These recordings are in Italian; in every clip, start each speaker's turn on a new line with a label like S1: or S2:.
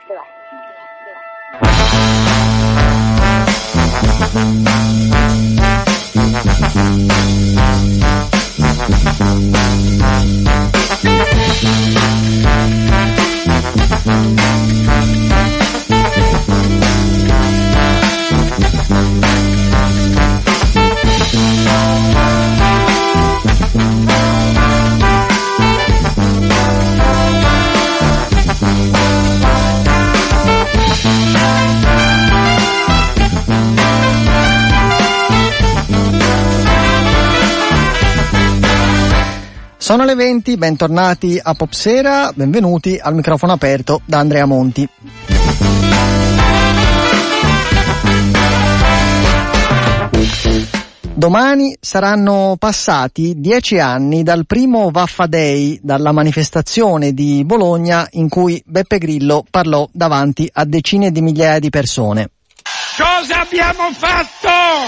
S1: Sono le 20, bentornati a Popsera, benvenuti al microfono aperto da Andrea Monti. Domani saranno passati 10 anni dal primo Vaffa Day, dalla manifestazione di Bologna in cui Beppe Grillo parlò davanti a decine di migliaia di persone.
S2: Cosa abbiamo fatto?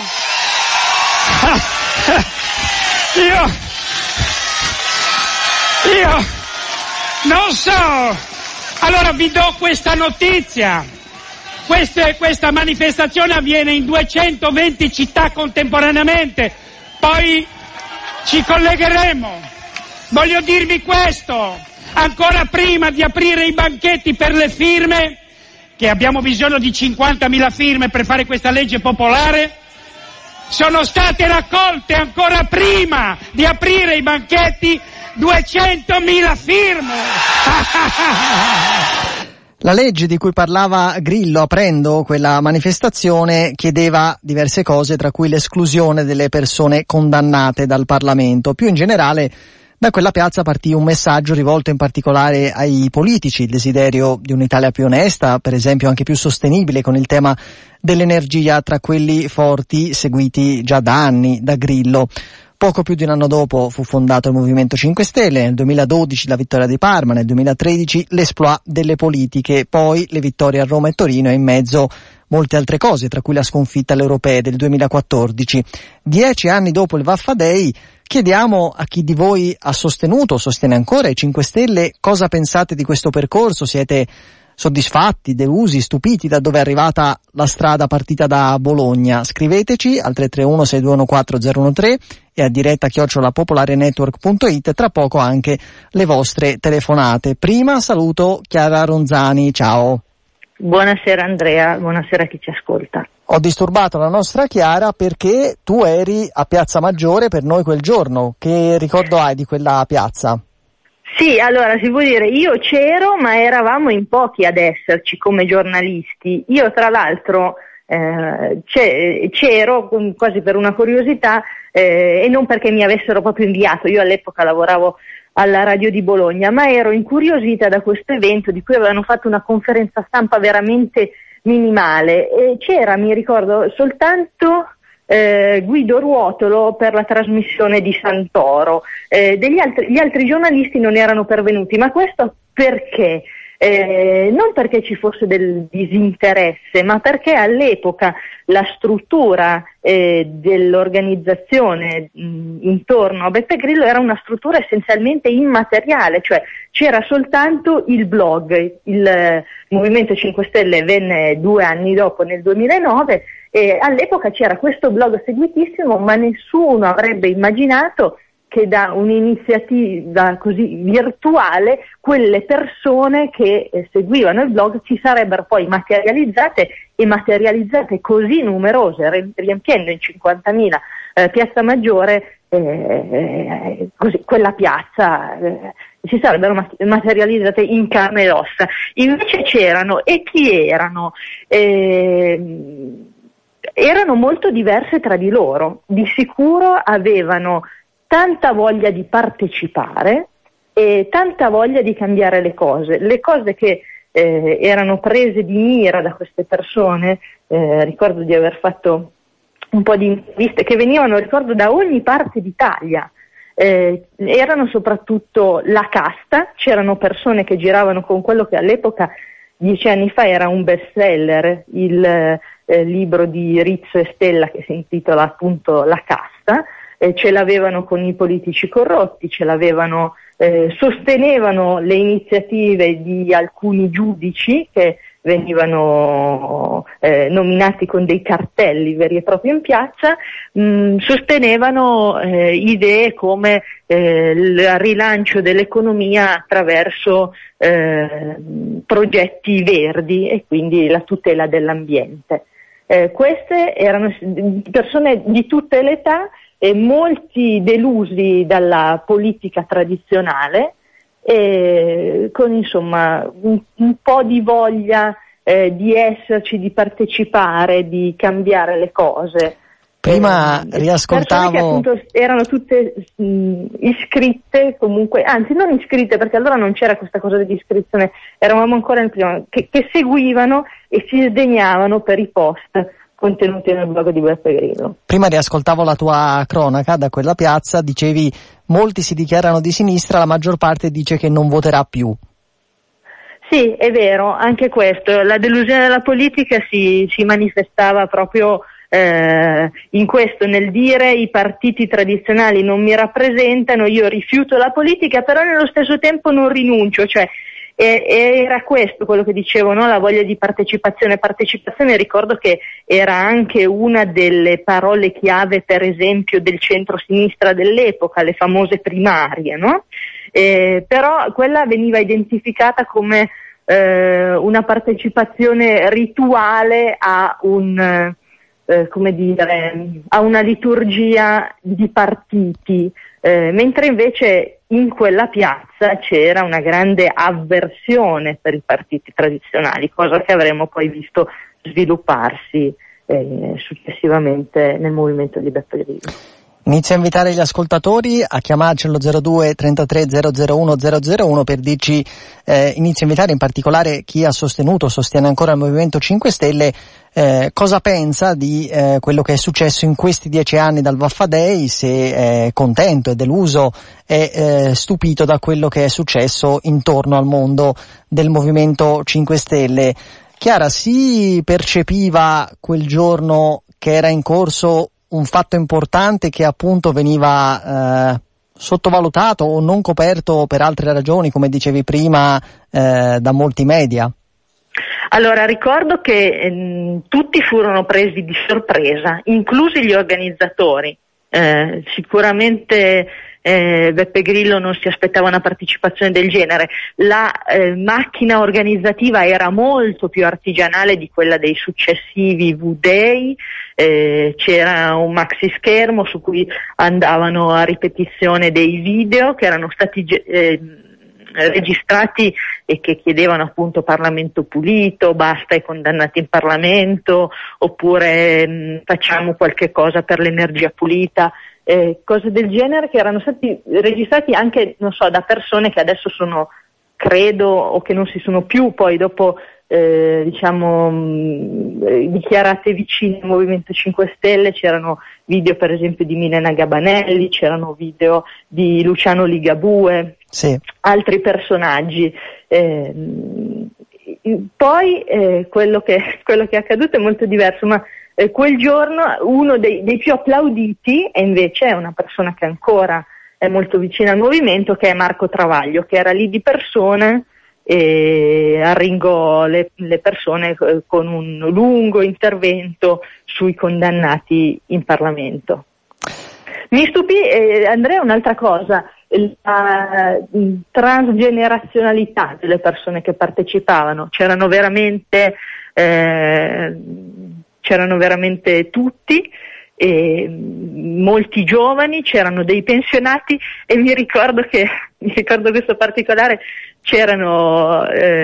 S2: Io non so. Allora vi do questa notizia. Questa manifestazione avviene in 220 città contemporaneamente. Poi ci collegheremo. Voglio dirvi questo. Ancora prima di aprire i banchetti per le firme, che abbiamo bisogno di 50.000 firme per fare questa legge popolare, sono state raccolte ancora prima di aprire i banchetti 200.000 firme!
S1: La legge di cui parlava Grillo aprendo quella manifestazione chiedeva diverse cose, tra cui l'esclusione delle persone condannate dal Parlamento. Più in generale, da quella piazza partì un messaggio rivolto in particolare ai politici, il desiderio di un'Italia più onesta, per esempio anche più sostenibile, con il tema dell'energia tra quelli forti seguiti già da anni da Grillo. Poco più di un anno dopo fu fondato il Movimento 5 Stelle, nel 2012 la vittoria di Parma, nel 2013 l'exploit delle politiche, poi le vittorie a Roma e Torino e in mezzo molte altre cose, tra cui la sconfitta alle europee del 2014. 10 anni dopo il Vaffa Day chiediamo a chi di voi ha sostenuto o sostiene ancora i 5 Stelle cosa pensate di questo percorso, siete soddisfatti, delusi, stupiti da dove è arrivata la strada partita da Bologna. Scriveteci al 331-621-4013 e a diretta @popolarenetwork.it, tra poco anche le vostre telefonate. Prima saluto Chiara Ronzani, ciao.
S3: Buonasera Andrea, buonasera a chi ci ascolta.
S1: Ho disturbato la nostra Chiara perché tu eri a Piazza Maggiore per noi quel giorno. Che ricordo hai di quella piazza?
S3: Sì, allora si può dire, io c'ero, ma eravamo in pochi ad esserci come giornalisti. Io tra l'altro c'ero quasi per una curiosità e non perché mi avessero proprio inviato, io all'epoca lavoravo alla radio di Bologna, ma ero incuriosita da questo evento di cui avevano fatto una conferenza stampa veramente minimale e c'era, mi ricordo, soltanto Guido Ruotolo per la trasmissione di Santoro, gli altri giornalisti non erano pervenuti, ma questo perché? Non perché ci fosse del disinteresse, ma perché all'epoca la struttura dell'organizzazione intorno a Beppe Grillo era una struttura essenzialmente immateriale, cioè c'era soltanto il blog. Il Movimento 5 Stelle venne 2 anni dopo, nel 2009, e all'epoca c'era questo blog seguitissimo, ma nessuno avrebbe immaginato che da un'iniziativa così virtuale quelle persone che seguivano il blog si sarebbero poi materializzate così numerose, riempiendo in 50.000 Piazza Maggiore, così quella piazza si sarebbero materializzate in carne ed ossa. Invece c'erano, e chi erano? Erano molto diverse tra di loro, di sicuro avevano tanta voglia di partecipare e tanta voglia di cambiare le cose che erano prese di mira da queste persone. Ricordo di aver fatto un po' di interviste che venivano, ricordo, da ogni parte d'Italia. Erano soprattutto la casta, c'erano persone che giravano con quello che all'epoca, 10 anni fa, era un bestseller, il libro di Rizzo e Stella che si intitola appunto La casta. ce l'avevano con i politici corrotti, sostenevano le iniziative di alcuni giudici che venivano nominati con dei cartelli veri e propri in piazza, sostenevano idee come il rilancio dell'economia attraverso progetti verdi e quindi la tutela dell'ambiente. Queste erano persone di tutte le età e molti delusi dalla politica tradizionale, con insomma un po' di voglia di esserci, di partecipare, di cambiare le cose.
S1: Prima riascoltavo...
S3: Persone che appunto erano tutte iscritte comunque, anzi non iscritte perché allora non c'era questa cosa dell'iscrizione, eravamo ancora nel primo, che seguivano e si sdegnavano per i post contenuti nel blog di Beppe Grillo.
S1: Prima riascoltavo la tua cronaca da quella piazza, dicevi molti si dichiarano di sinistra, la maggior parte dice che non voterà più.
S3: Sì, è vero, anche questo, la delusione della politica si manifestava proprio in questo, nel dire i partiti tradizionali non mi rappresentano, io rifiuto la politica, però nello stesso tempo non rinuncio, cioè era questo quello che dicevo, no? La voglia di partecipazione. Partecipazione, ricordo che era anche una delle parole chiave, per esempio, del centro-sinistra dell'epoca, le famose primarie, no? Però quella veniva identificata come una partecipazione rituale a a una liturgia di partiti, mentre invece in quella piazza c'era una grande avversione per i partiti tradizionali, cosa che avremmo poi visto svilupparsi successivamente nel movimento di Beppe Grillo.
S1: Inizio a invitare gli ascoltatori a chiamarci allo 02 33 001 001 per dirci, inizio a invitare in particolare chi ha sostiene ancora il Movimento 5 Stelle, cosa pensa di quello che è successo in questi 10 anni dal Vaffa Day, se è contento, è deluso, è stupito da quello che è successo intorno al mondo del Movimento 5 Stelle. Chiara, si percepiva quel giorno che era in corso un fatto importante che appunto veniva sottovalutato o non coperto per altre ragioni, come dicevi prima, da molti media?
S3: Allora, ricordo che tutti furono presi di sorpresa, inclusi gli organizzatori. Sicuramente Beppe Grillo non si aspettava una partecipazione del genere. La macchina organizzativa era molto più artigianale di quella dei successivi V-Day. C'era un maxi schermo su cui andavano a ripetizione dei video che erano stati registrati e che chiedevano appunto Parlamento pulito, basta ai condannati in Parlamento, oppure facciamo qualche cosa per l'energia pulita, cose del genere che erano stati registrati anche, non so, da persone che adesso sono, credo, o che non si sono più poi dopo dichiarate vicine al Movimento 5 Stelle. C'erano video per esempio di Milena Gabanelli, c'erano video di Luciano Ligabue, sì, altri personaggi. Poi quello che è accaduto è molto diverso, ma quel giorno uno dei più applauditi, e invece è una persona che ancora è molto vicina al movimento, che è Marco Travaglio, che era lì di persona e arringò le persone con un lungo intervento sui condannati in Parlamento. Mi stupì, Andrea, un'altra cosa, la transgenerazionalità delle persone che partecipavano. C'erano veramente tutti, molti giovani, c'erano dei pensionati, e mi ricordo questo particolare, c'erano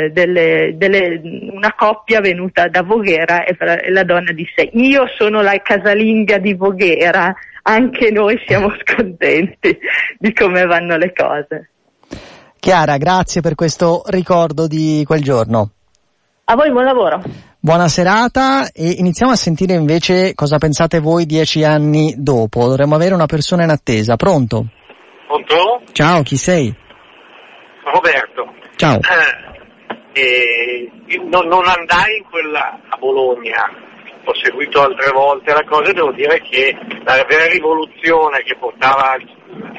S3: una coppia venuta da Voghera e la donna disse: io sono la casalinga di Voghera, anche noi siamo scontenti di come vanno le cose.
S1: Chiara, grazie per questo ricordo di quel giorno.
S3: A voi buon lavoro.
S1: Buona serata, e iniziamo a sentire invece cosa pensate voi 10 anni dopo. Dovremmo avere una persona in attesa. Pronto?
S4: Pronto?
S1: Ciao, chi sei?
S4: Roberto.
S1: Ciao.
S4: Non andai a Bologna ho seguito altre volte la cosa e devo dire che la vera rivoluzione che portava il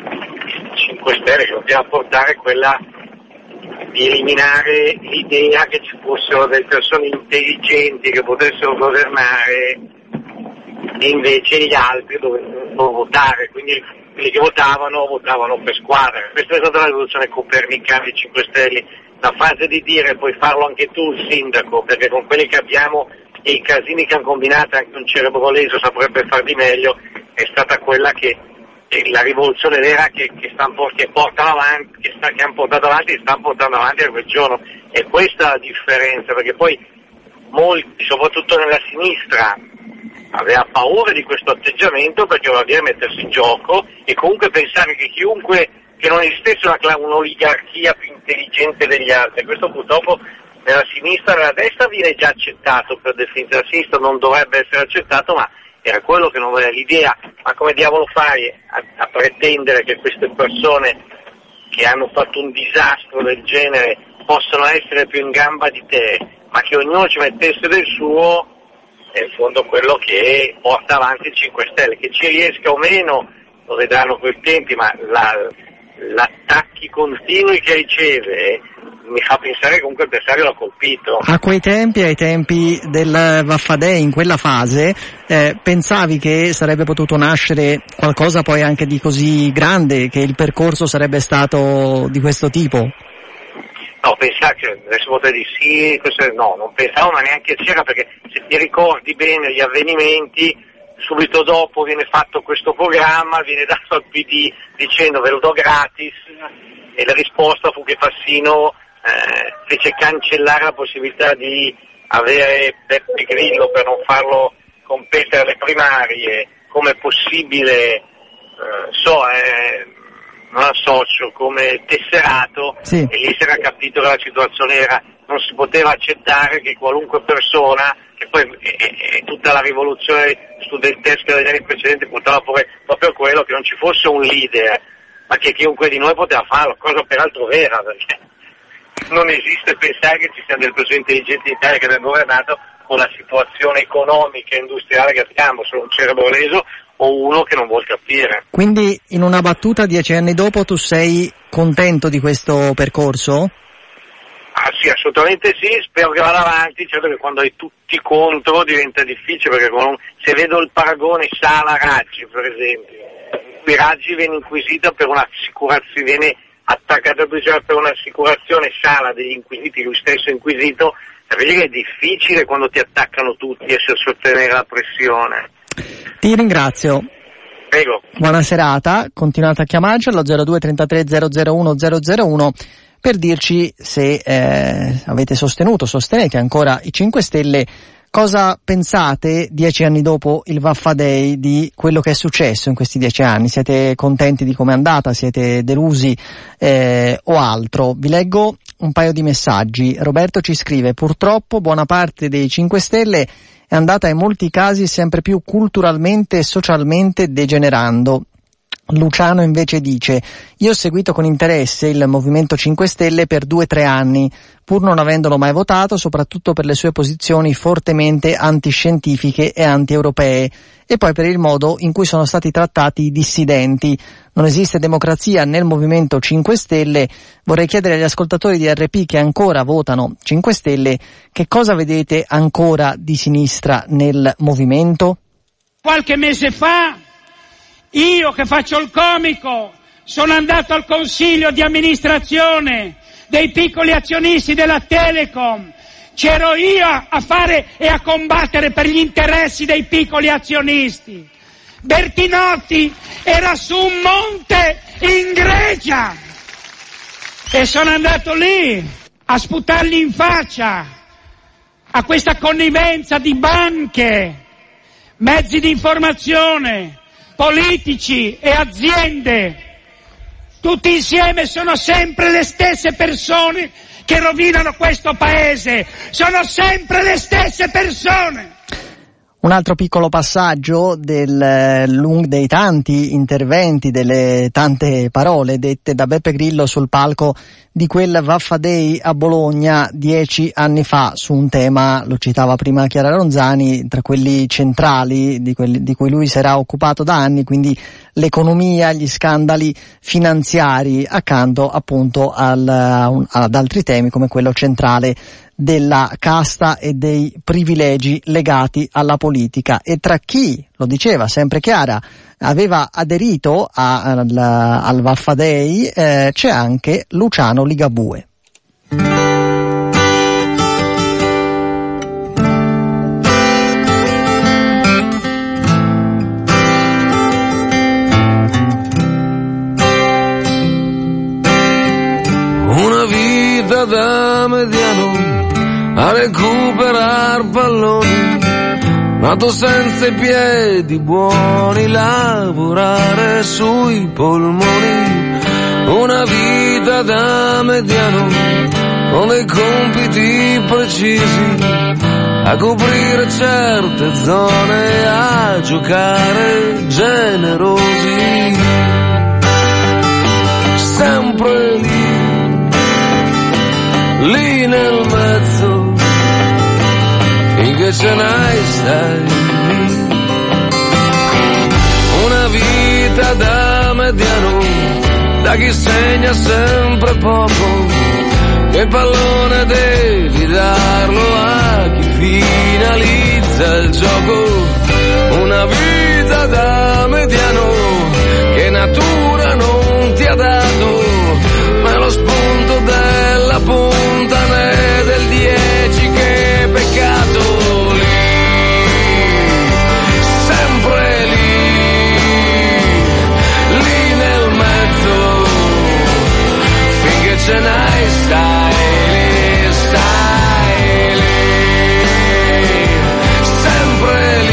S4: 5 Stelle, che poteva portare quella di eliminare l'idea che ci fossero delle persone intelligenti che potessero governare e invece gli altri dovevano votare, quindi quelli che votavano per squadra. Questa è stata la rivoluzione copernicana dei 5 Stelle, la fase di dire puoi farlo anche tu il sindaco, perché con quelli che abbiamo e i casini che hanno combinato anche un cerebro leso saprebbe far di meglio, è stata quella che la rivoluzione vera che hanno portato avanti e stanno portando avanti a quel giorno. E questa è la differenza, perché poi molti, soprattutto nella sinistra, aveva paura di questo atteggiamento perché voleva dire mettersi in gioco e comunque pensare che chiunque, che non esistesse un'oligarchia più intelligente degli altri. Questo purtroppo nella sinistra e nella destra viene già accettato per definizione. La sinistra non dovrebbe essere accettato, ma era quello che non voleva, l'idea, ma come diavolo fai a pretendere che queste persone che hanno fatto un disastro del genere possano essere più in gamba di te, ma che ognuno ci mettesse del suo, è in fondo quello che porta avanti il 5 Stelle, che ci riesca o meno lo vedranno quei tempi, ma l'attacchi continui che riceve mi fa pensare che comunque l'avversario l'ha colpito.
S1: A quei tempi, ai tempi del Vaffadei, in quella fase, pensavi che sarebbe potuto nascere qualcosa poi anche di così grande, che il percorso sarebbe stato di questo tipo?
S4: No, pensavo che adesso potrei dire sì, no, non pensavo, ma neanche c'era, perché se ti ricordi bene gli avvenimenti, subito dopo viene fatto questo programma, viene dato al PD dicendo ve lo do gratis, e la risposta fu che Fassino fece cancellare la possibilità di avere Beppe Grillo per non farlo competere alle primarie come possibile non associo, come tesserato, sì. E lì si era capito che la situazione era, non si poteva accettare che qualunque persona, che poi tutta la rivoluzione studentesca degli anni precedenti portava proprio a quello, che non ci fosse un leader, ma che chiunque di noi poteva farlo, cosa peraltro vera, perché non esiste pensare che ci siano delle persone intelligenti in Italia che abbiano governato con la situazione economica e industriale che abbiamo, solo un cerebro leso o uno che non vuol capire.
S1: Quindi in una battuta 10 anni dopo tu sei contento di questo percorso?
S4: Ah sì, assolutamente sì, spero che vada avanti, certo che quando hai tutti contro diventa difficile, perché se vedo il paragone Sala-Raggi per esempio, qui Raggi viene inquisita per un'assicurazione, viene attaccato per un'assicurazione, Sala degli inquisiti, lui stesso inquisito, vedi che è difficile quando ti attaccano tutti e sostenere la pressione.
S1: Ti ringrazio.
S4: Prego.
S1: Buona serata, continuate a chiamarci allo 02 33 001 001 per dirci se sostenete ancora i 5 Stelle, cosa pensate 10 anni dopo il Vaffa Day di quello che è successo in questi 10 anni? Siete contenti di come è andata? Siete delusi o altro? Vi leggo un paio di messaggi. Roberto ci scrive: purtroppo buona parte dei 5 Stelle è andata in molti casi sempre più culturalmente e socialmente degenerando. Luciano invece dice: io ho seguito con interesse il Movimento 5 Stelle per 2-3 anni, pur non avendolo mai votato, soprattutto per le sue posizioni fortemente antiscientifiche e anti-europee, e poi per il modo in cui sono stati trattati i dissidenti. Non esiste democrazia nel Movimento 5 Stelle. Vorrei chiedere agli ascoltatori di RP che ancora votano 5 Stelle che cosa vedete ancora di sinistra nel movimento?
S2: Qualche mese fa io, che faccio il comico, sono andato al consiglio di amministrazione dei piccoli azionisti della Telecom. C'ero io a fare e a combattere per gli interessi dei piccoli azionisti. Bertinotti era su un monte in Grecia e sono andato lì a sputargli in faccia a questa connivenza di banche, mezzi di informazione, politici e aziende. Tutti insieme sono sempre le stesse persone che rovinano questo paese, sono sempre le stesse persone.
S1: Un altro piccolo passaggio dei tanti interventi, delle tante parole dette da Beppe Grillo sul palco di quel Vaffa Day a Bologna 10 anni fa su un tema, lo citava prima Chiara Ronzani, tra quelli centrali di cui lui si era occupato da anni, quindi l'economia, gli scandali finanziari, accanto appunto ad altri temi come quello centrale della casta e dei privilegi legati alla politica. E tra chi, lo diceva sempre Chiara, aveva aderito al Vaffa Day c'è anche Luciano Ligabue.
S5: Una vita da mediano a recuperar palloni, nato senza i piedi buoni, lavorare sui polmoni. Una vita da mediano con dei compiti precisi, a coprire certe zone, a giocare generosi, sempre lì nel mezzo, finché ce n'hai stai. Una vita da mediano, da chi segna sempre poco, che il pallone devi darlo a chi finalizza il gioco. Una vita da mediano, che natura non ti ha dato, ma lo spunto della punta né del 10 che peccato. Ce n'hai stai lì, sempre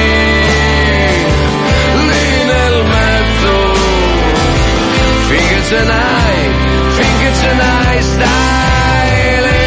S5: lì nel mezzo, finché ce n'hai stai lì.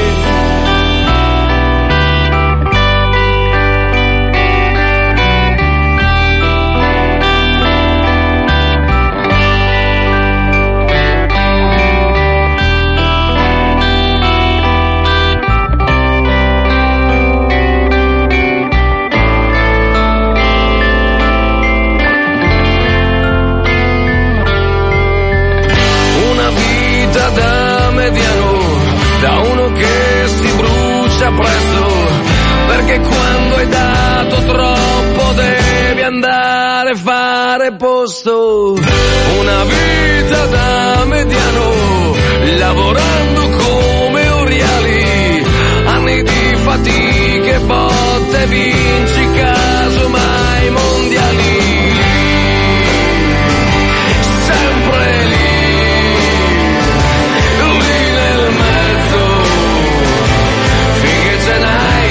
S5: Da uno che si brucia presto, perché quando hai dato troppo devi andare a fare posto. Una vita da mediano, lavorando come oriali, anni di fatiche, botte, vinci casomai mondiali. Sempre lì ce n'hai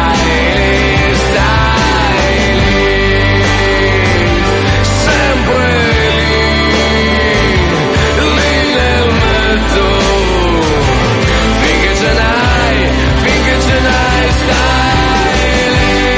S5: stai lì, sempre lì nel mezzo, finché ce n'hai stai lì.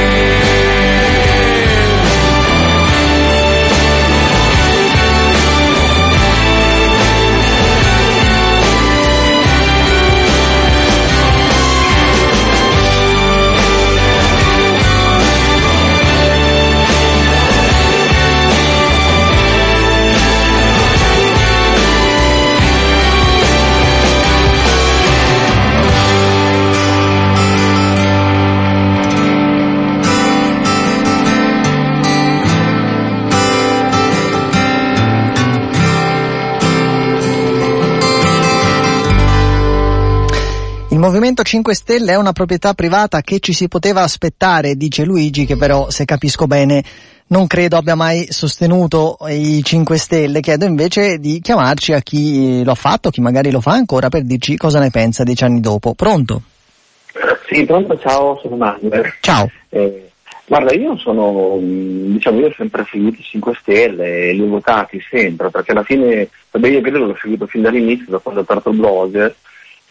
S1: Il Movimento 5 Stelle è una proprietà privata che ci si poteva aspettare, dice Luigi, che però, se capisco bene, non credo abbia mai sostenuto i 5 Stelle. Chiedo invece di chiamarci a chi lo ha fatto, chi magari lo fa ancora, per dirci cosa ne pensa 10 anni dopo. Pronto?
S6: Sì, pronto, ciao, sono Manuel.
S1: Ciao.
S6: Guarda, io ho sempre seguito i 5 Stelle, li ho votati sempre, perché alla fine, io credo l'ho seguito fin dall'inizio, da quando ho aperto il blog,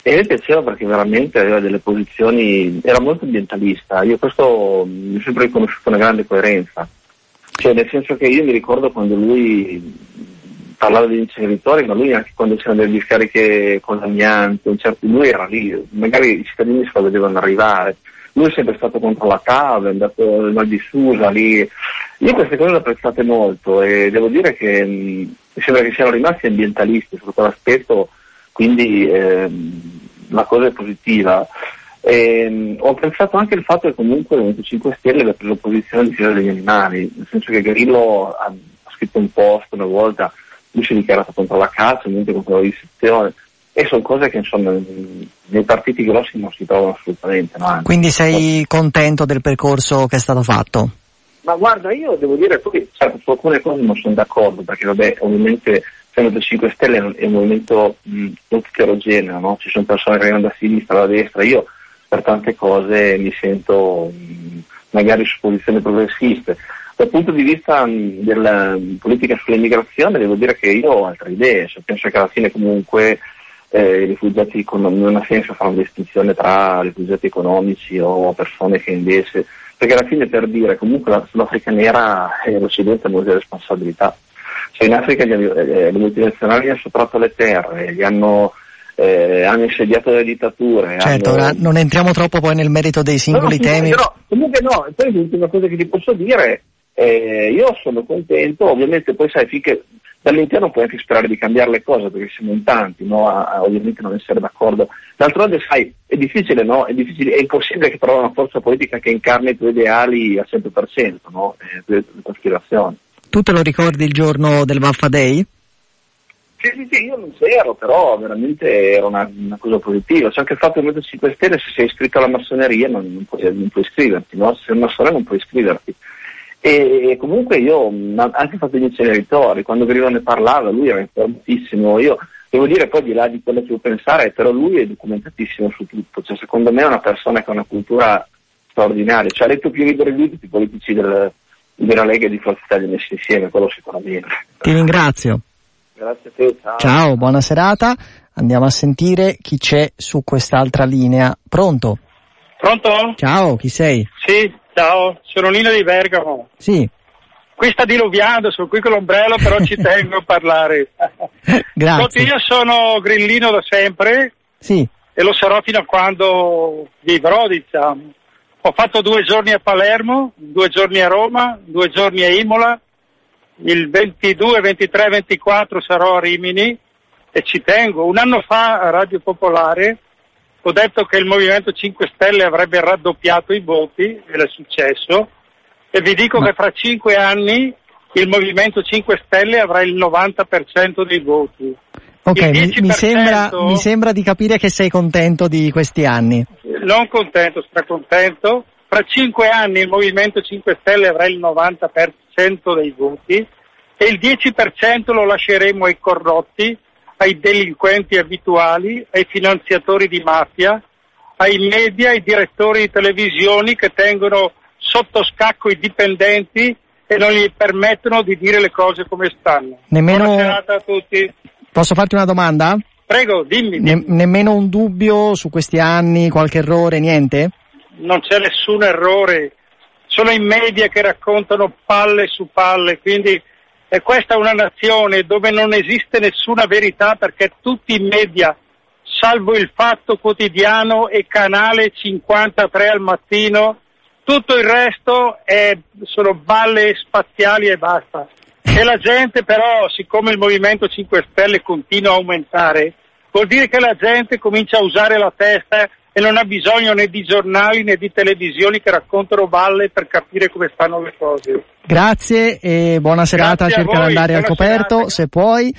S6: E mi piaceva perché veramente aveva delle posizioni, era molto ambientalista, io questo mi ho sempre riconosciuto una grande coerenza, cioè nel senso che io mi ricordo quando lui parlava degli inceneritori, ma lui anche quando c'erano delle discariche con l'amianto, lui era lì, magari i cittadini se lo vedevano arrivare, lui è sempre stato contro la TAV, è andato nel Val di Susa lì, io queste cose le ho apprezzate molto e devo dire che mi sembra che siano rimasti ambientalisti su quell'aspetto. Quindi la cosa è positiva. Ho apprezzato anche il fatto che comunque il Movimento 5 Stelle aveva preso posizione di difesa degli animali, nel senso che Grillo ha scritto un post una volta, lui si è dichiarato contro la caccia, niente contro la vivisezione, e sono cose che insomma nei partiti grossi non si trovano assolutamente. No?
S1: Quindi sei contento del percorso che è stato fatto?
S6: Ma guarda, io devo dire, poi certo, su alcune cose non sono d'accordo, perché vabbè, ovviamente il Movimento 5 Stelle è un movimento molto eterogeneo, no? Ci sono persone che arrivano da sinistra, da destra, io per tante cose mi sento magari su posizioni progressiste. Dal punto di vista della politica sull'immigrazione devo dire che io ho altre idee, cioè, penso che alla fine comunque i rifugiati non ha senso fare una distinzione tra rifugiati economici o persone che invece, perché alla fine per dire comunque sull'Africa nera l'Occidente ha molte responsabilità. Cioè in Africa le multinazionali hanno sottratto le terre, hanno insediato le dittature.
S1: Certo, ora non entriamo troppo poi nel merito dei singoli temi.
S6: Però, comunque no, e poi l'ultima cosa che ti posso dire, io sono contento, ovviamente poi sai, finché dall'interno puoi anche sperare di cambiare le cose, perché siamo in tanti, no? A ovviamente non essere d'accordo. D'altronde sai, è difficile, no? È impossibile che trovi una forza politica che incarni i tuoi ideali al 100%, no? Le tue aspirazioni.
S1: Tu te lo ricordi il giorno del Vaffa Day?
S6: Sì, io non c'ero, però veramente era una cosa positiva. C'è anche il fatto che il Movimento 5 Stelle, se sei iscritto alla massoneria non puoi iscriverti, no? Se sei un massone non puoi iscriverti. E comunque io anche fatto gli inceneritori, quando Grillo ne parlava, lui era informatissimo. Io devo dire poi di là di quello che devo pensare, però lui è documentatissimo su tutto. Cioè, secondo me è una persona che ha una cultura straordinaria. Cioè, ha letto più libri di tutti i politici della Lega e di Forza Italia messi insieme, quello sicuramente.
S1: Ti ringrazio.
S6: Grazie a te, ciao.
S1: Ciao, buona serata. Andiamo a sentire chi c'è su quest'altra linea. Pronto?
S2: Pronto?
S1: Ciao, chi sei?
S2: Sì, ciao, sono Nino di Bergamo.
S1: Sì.
S2: Qui sta diluviando, sono qui con l'ombrello, però ci tengo a parlare.
S1: Grazie.
S2: Io sono grillino da sempre.
S1: Sì.
S2: E lo sarò fino a quando vivrò, diciamo. Ho fatto 2 giorni a Palermo, 2 giorni a Roma, 2 giorni a Imola, il 22, 23, 24 sarò a Rimini e ci tengo. Un anno fa a Radio Popolare ho detto che il Movimento 5 Stelle avrebbe raddoppiato i voti, e l'è successo, e vi dico che fra 5 anni il Movimento 5 Stelle avrà il 90% dei voti.
S1: Ok, mi sembra di capire che sei contento di questi anni.
S2: Non contento, stracontento. Fra 5 anni il Movimento 5 Stelle avrà il 90% dei voti e il 10% lo lasceremo ai corrotti, ai delinquenti abituali, ai finanziatori di mafia, ai media, ai direttori di televisioni che tengono sotto scacco i dipendenti e non gli permettono di dire le cose come stanno. Buona serata a tutti.
S1: Posso farti una domanda?
S2: Prego, dimmi.
S1: Nemmeno un dubbio su questi anni, qualche errore, niente?
S2: Non c'è nessun errore, sono i media che raccontano palle su palle, quindi questa è una nazione dove non esiste nessuna verità, perché tutti i media, salvo il Fatto Quotidiano e Canale 53 al mattino, tutto il resto sono balle spaziali e basta. E la gente però, siccome il Movimento 5 Stelle continua a aumentare, vuol dire che la gente comincia a usare la testa e non ha bisogno né di giornali né di televisioni che raccontano balle per capire come stanno le cose.
S1: Grazie e buona serata, cerca di andare al coperto se puoi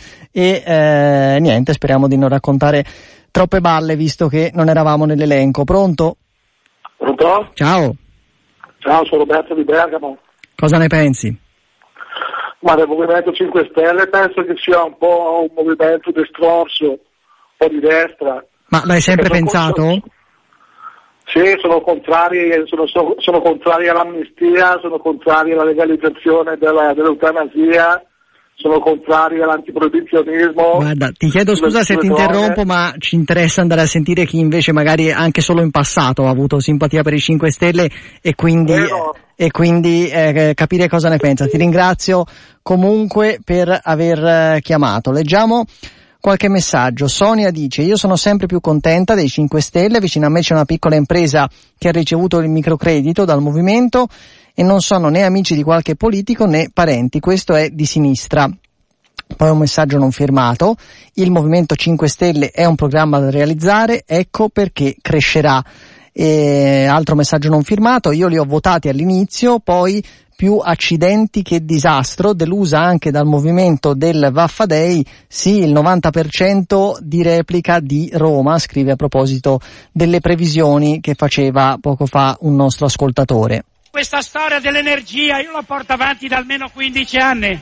S1: e niente, speriamo di non raccontare troppe balle visto che non eravamo nell'elenco. Pronto?
S7: Pronto?
S1: Ciao.
S7: Ciao, sono Roberto di Bergamo.
S1: Cosa ne pensi?
S7: Ma del Movimento 5 Stelle penso che sia un po' un movimento destrorso, un po' di destra.
S1: Ma l'hai sempre pensato?
S7: Sì, sono contrari all'amnistia, sono contrari alla legalizzazione dell'eutanasia, sono contrari all'antiproibizionismo.
S1: Guarda, ti chiedo scusa se ti interrompo, ma ci interessa andare a sentire chi invece magari anche solo in passato ha avuto simpatia per i 5 Stelle e quindi capire cosa ne pensa. Ti ringrazio comunque per aver chiamato. Leggiamo qualche messaggio. Sonia dice: io sono sempre più contenta dei 5 Stelle, vicino a me c'è una piccola impresa che ha ricevuto il microcredito dal movimento e non sono né amici di qualche politico né parenti, questo è di sinistra. Poi un messaggio non firmato: il Movimento 5 Stelle è un programma da realizzare, ecco perché crescerà. E altro messaggio non firmato: io li ho votati all'inizio, poi più accidenti che disastro, delusa anche dal movimento del Vaffa Day, sì, il 90% di replica di Roma, scrive a proposito delle previsioni che faceva poco fa un nostro ascoltatore.
S2: Questa storia dell'energia io la porto avanti da almeno 15 anni.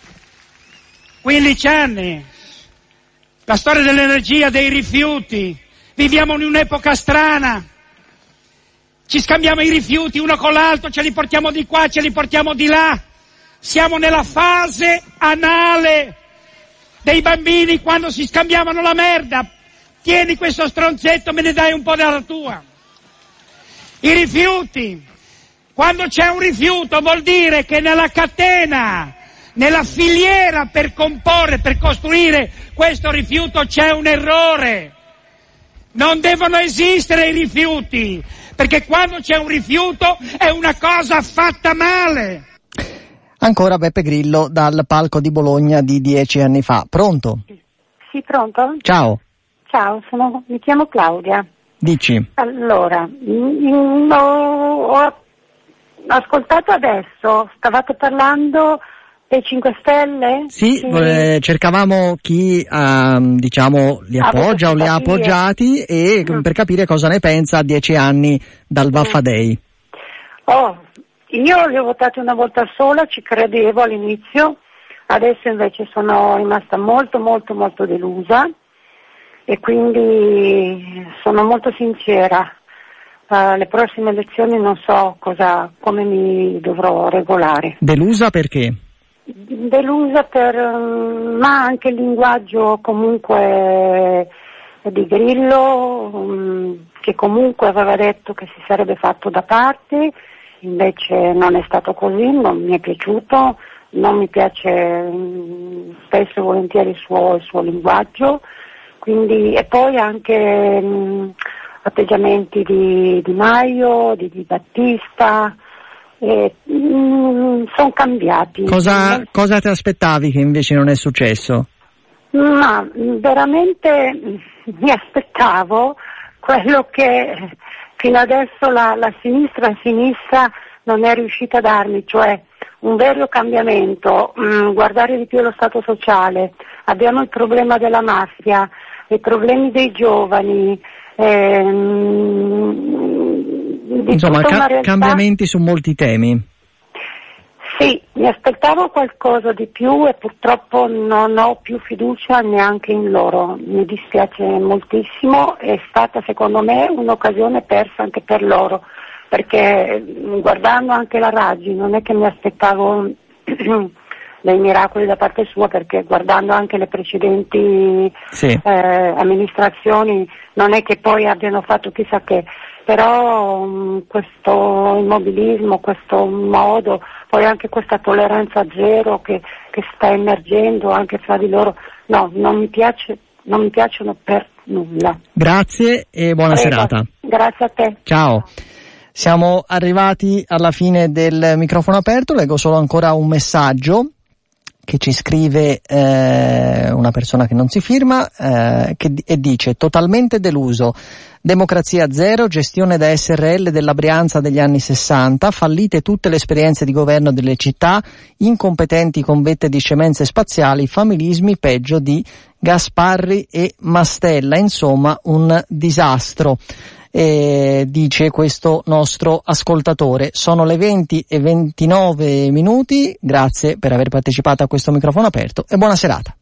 S2: 15 anni. La storia dell'energia, dei rifiuti. Viviamo in un'epoca strana. Ci scambiamo i rifiuti uno con l'altro, ce li portiamo di qua, ce li portiamo di là. Siamo nella fase anale dei bambini quando si scambiavano la merda. Tieni questo stronzetto, me ne dai un po' dalla tua. I rifiuti. Quando c'è un rifiuto vuol dire che nella catena, nella filiera per comporre, per costruire questo rifiuto c'è un errore. Non devono esistere i rifiuti, perché quando c'è un rifiuto è una cosa fatta male.
S1: Ancora Beppe Grillo dal palco di Bologna di 10 anni fa. Pronto?
S8: Sì, pronto?
S1: Ciao.
S8: Ciao, mi chiamo Claudia.
S1: Dici.
S8: Allora, ho ascoltato adesso, stavate parlando dei 5 Stelle?
S1: Sì, cercavamo chi li appoggia o li ha appoggiati e per capire cosa ne pensa a 10 anni dal Vaffa Day.
S8: Io li ho votati una volta sola, ci credevo all'inizio, adesso invece sono rimasta molto molto molto delusa e quindi sono molto sincera. Le prossime elezioni non so come mi dovrò regolare.
S1: Delusa perché?
S8: Delusa ma anche il linguaggio comunque di Grillo, che comunque aveva detto che si sarebbe fatto da parte, invece non è stato così, non mi è piaciuto, non mi piace spesso e volentieri il suo linguaggio, quindi, e poi anche atteggiamenti di Maio, di Battista, sono cambiati.
S1: Cosa ti aspettavi che invece non è successo?
S8: Ma veramente mi aspettavo quello che fino adesso la sinistra non è riuscita a darmi, cioè un vero cambiamento, guardare di più lo stato sociale. Abbiamo il problema della mafia, i problemi dei giovani,
S1: insomma cambiamenti su molti temi.
S8: Sì, mi aspettavo qualcosa di più e purtroppo non ho più fiducia neanche in loro, mi dispiace moltissimo, è stata secondo me un'occasione persa anche per loro, perché guardando anche la Raggi non è che mi aspettavo dei miracoli da parte sua, perché guardando anche le precedenti amministrazioni non è che poi abbiano fatto chissà che, però questo immobilismo, questo modo, poi anche questa tolleranza zero che sta emergendo anche fra di loro, no, non mi piacciono per nulla.
S1: Grazie e buona serata.
S8: Grazie a te.
S1: Ciao. Siamo arrivati alla fine del microfono aperto, leggo solo ancora un messaggio che ci scrive una persona che non si firma e dice: totalmente deluso, democrazia zero, gestione da SRL della Brianza degli anni 60, fallite tutte le esperienze di governo delle città, incompetenti con vette di scemenze spaziali, familismi peggio di Gasparri e Mastella, insomma un disastro. Dice questo nostro ascoltatore. Sono le 20:29, grazie per aver partecipato a questo microfono aperto e buona serata.